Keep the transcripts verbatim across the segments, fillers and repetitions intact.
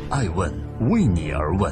爱问为你而问。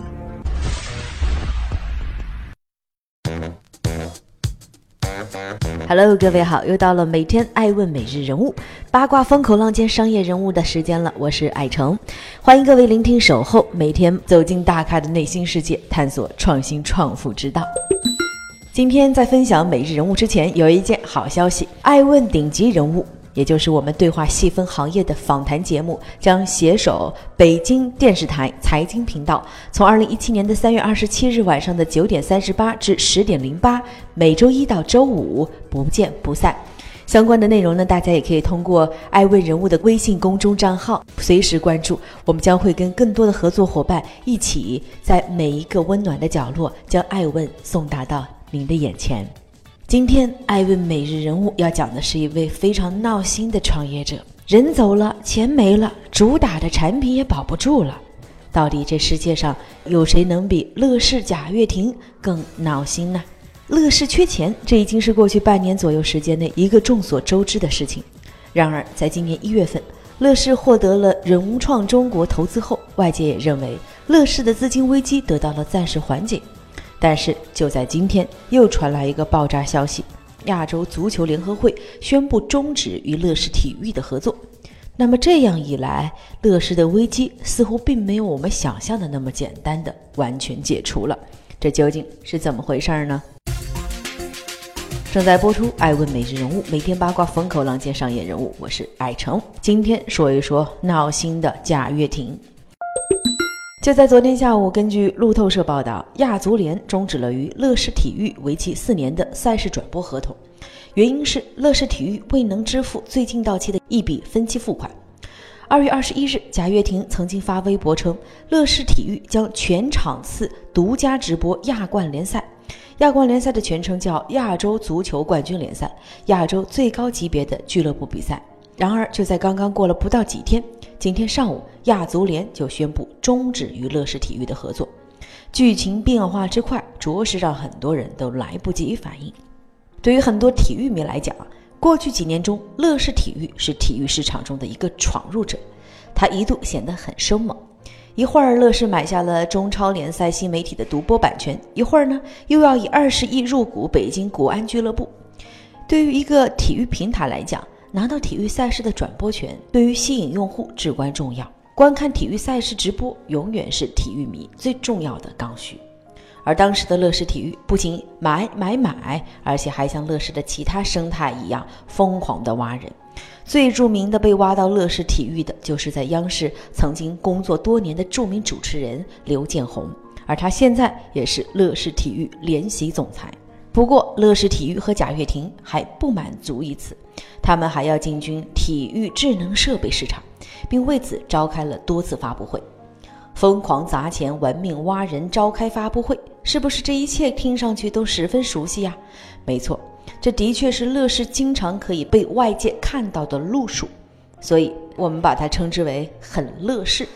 Hello， 各位好，又到了每天爱问每日人物，八卦风口浪尖商业人物的时间了，我是爱成，欢迎各位聆听守候，每天走进大咖的内心世界，探索创新创富之道。今天在分享每日人物之前，有一件好消息，爱问顶级人物，也就是我们对话细分行业的访谈节目，将携手北京电视台财经频道，从二零一七年的三月二十七日晚上的九点三十八至十点零八，每周一到周五不见不散。相关的内容呢，大家也可以通过爱问人物的微信公众账号随时关注，我们将会跟更多的合作伙伴一起，在每一个温暖的角落，将爱问送达到您的眼前。今天爱问每日人物要讲的是一位非常闹心的创业者，人走了，钱没了，主打的产品也保不住了。到底这世界上有谁能比乐视贾跃亭更闹心呢？乐视缺钱，这已经是过去半年左右时间内一个众所周知的事情。然而在今年一月份，乐视获得了融创中国投资后，外界也认为乐视的资金危机得到了暂时缓解。但是就在今天，又传来一个爆炸消息，亚洲足球联合会宣布终止与乐视体育的合作。那么这样一来，乐视的危机似乎并没有我们想象的那么简单的完全解除了，这究竟是怎么回事呢？正在播出爱问每日人物，每天八卦风口浪尖商业人物，我是爱成。今天说一说闹心的贾跃亭。就在昨天下午，根据路透社报道，亚足联终止了与乐视体育为期四年的赛事转播合同，原因是乐视体育未能支付最近到期的一笔分期付款。二月二十一日，贾跃亭曾经发微博称，乐视体育将全场次独家直播亚冠联赛。亚冠联赛的全称叫亚洲足球冠军联赛，亚洲最高级别的俱乐部比赛。然而就在刚刚过了不到几天，今天上午亚足联就宣布终止与乐视体育的合作。剧情变化之快，着实让很多人都来不及反应。对于很多体育迷来讲，过去几年中，乐视体育是体育市场中的一个闯入者，它一度显得很生猛。一会儿乐视买下了中超联赛新媒体的独播版权，一会儿呢又要以二十亿入股北京国安俱乐部。对于一个体育平台来讲，拿到体育赛事的转播权对于吸引用户至关重要，观看体育赛事直播永远是体育迷最重要的刚需。而当时的乐视体育不仅买买买，而且还像乐视的其他生态一样疯狂地挖人。最著名的被挖到乐视体育的，就是在央视曾经工作多年的著名主持人刘建宏，而他现在也是乐视体育联席总裁。不过乐视体育和贾跃亭还不满足于此，他们还要进军体育智能设备市场，并为此召开了多次发布会。疯狂砸钱，玩命挖人，召开发布会，是不是这一切听上去都十分熟悉呀？没错，这的确是乐视经常可以被外界看到的路数，所以我们把它称之为很乐视。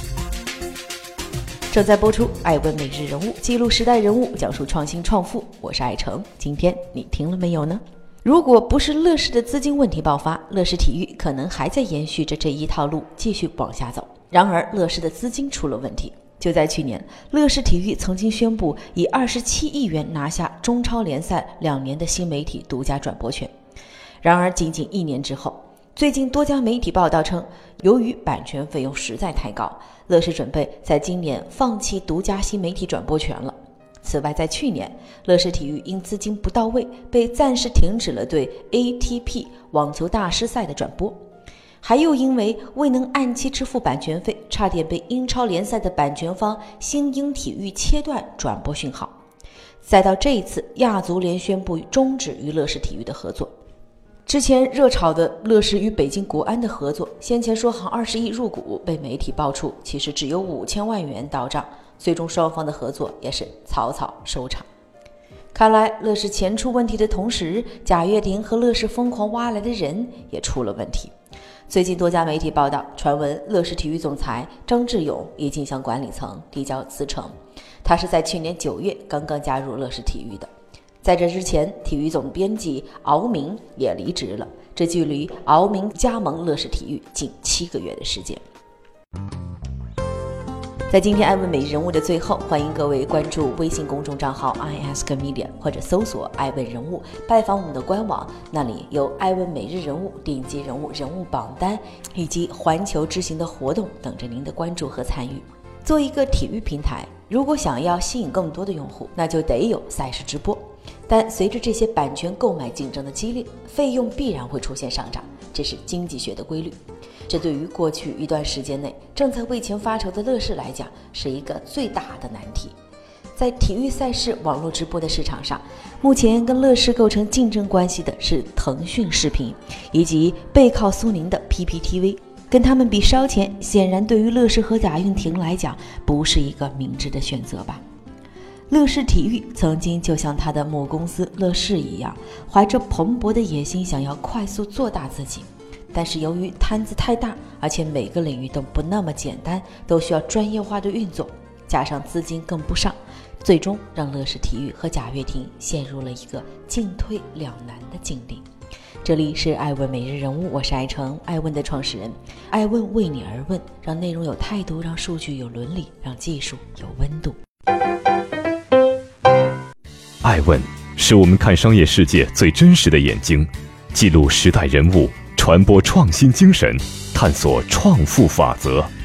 正在播出爱问每日人物，记录时代人物，讲述创新创富，我是爱成。今天你听了没有呢？如果不是乐视的资金问题爆发，乐视体育可能还在延续着这一套路继续往下走。然而乐视的资金出了问题，就在去年，乐视体育曾经宣布以二十七亿元拿下中超联赛两年的新媒体独家转播权。然而仅仅一年之后，最近多家媒体报道称，由于版权费用实在太高，乐视准备在今年放弃独家新媒体转播权了。此外，在去年，乐视体育因资金不到位，被暂时停止了对 A T P 网球大师赛的转播，还又因为未能按期支付版权费，差点被英超联赛的版权方新英体育切断转播讯号。再到这一次，亚足联宣布终止与乐视体育的合作。之前热炒的乐视与北京国安的合作，先前说好二十亿入股，被媒体爆出其实只有五千万元到账，最终双方的合作也是草草收场。看来乐视钱出问题的同时，贾跃亭和乐视疯狂挖来的人也出了问题。最近多家媒体报道，传闻乐视体育总裁张志勇已经向管理层递交辞呈，他是在去年九月刚刚加入乐视体育的。在这之前，体育总编辑敖明也离职了，这距离敖明加盟乐视体育近七个月的时间。 在今天爱问每日人物的最后，欢迎各位关注微信公众账号 I ask media 或者搜索爱问人物，拜访我们的官网，那里有爱问每日人物、顶级人物、人物榜单以及环球之行的活动等着您的关注和参与。做一个体育平台，如果想要吸引更多的用户，那就得有赛事直播。但随着这些版权购买竞争的激烈，费用必然会出现上涨，这是经济学的规律。这对于过去一段时间内正在为钱发愁的乐视来讲，是一个最大的难题。在体育赛事网络直播的市场上，目前跟乐视构成竞争关系的是腾讯视频以及背靠苏宁的 P P T V， 跟他们比烧钱，显然对于乐视和贾跃亭来讲不是一个明智的选择吧。乐视体育曾经就像他的母公司乐视一样，怀着蓬勃的野心想要快速做大自己，但是由于摊子太大，而且每个领域都不那么简单，都需要专业化的运作，加上资金跟不上，最终让乐视体育和贾跃亭陷入了一个进退两难的境地。这里是爱问每日人物，我是爱成，爱问的创始人。爱问为你而问，让内容有态度，让数据有伦理，让技术有温度。 爱问是我们看商业世界最真实的眼睛，记录时代人物，传播创新精神，探索创富法则。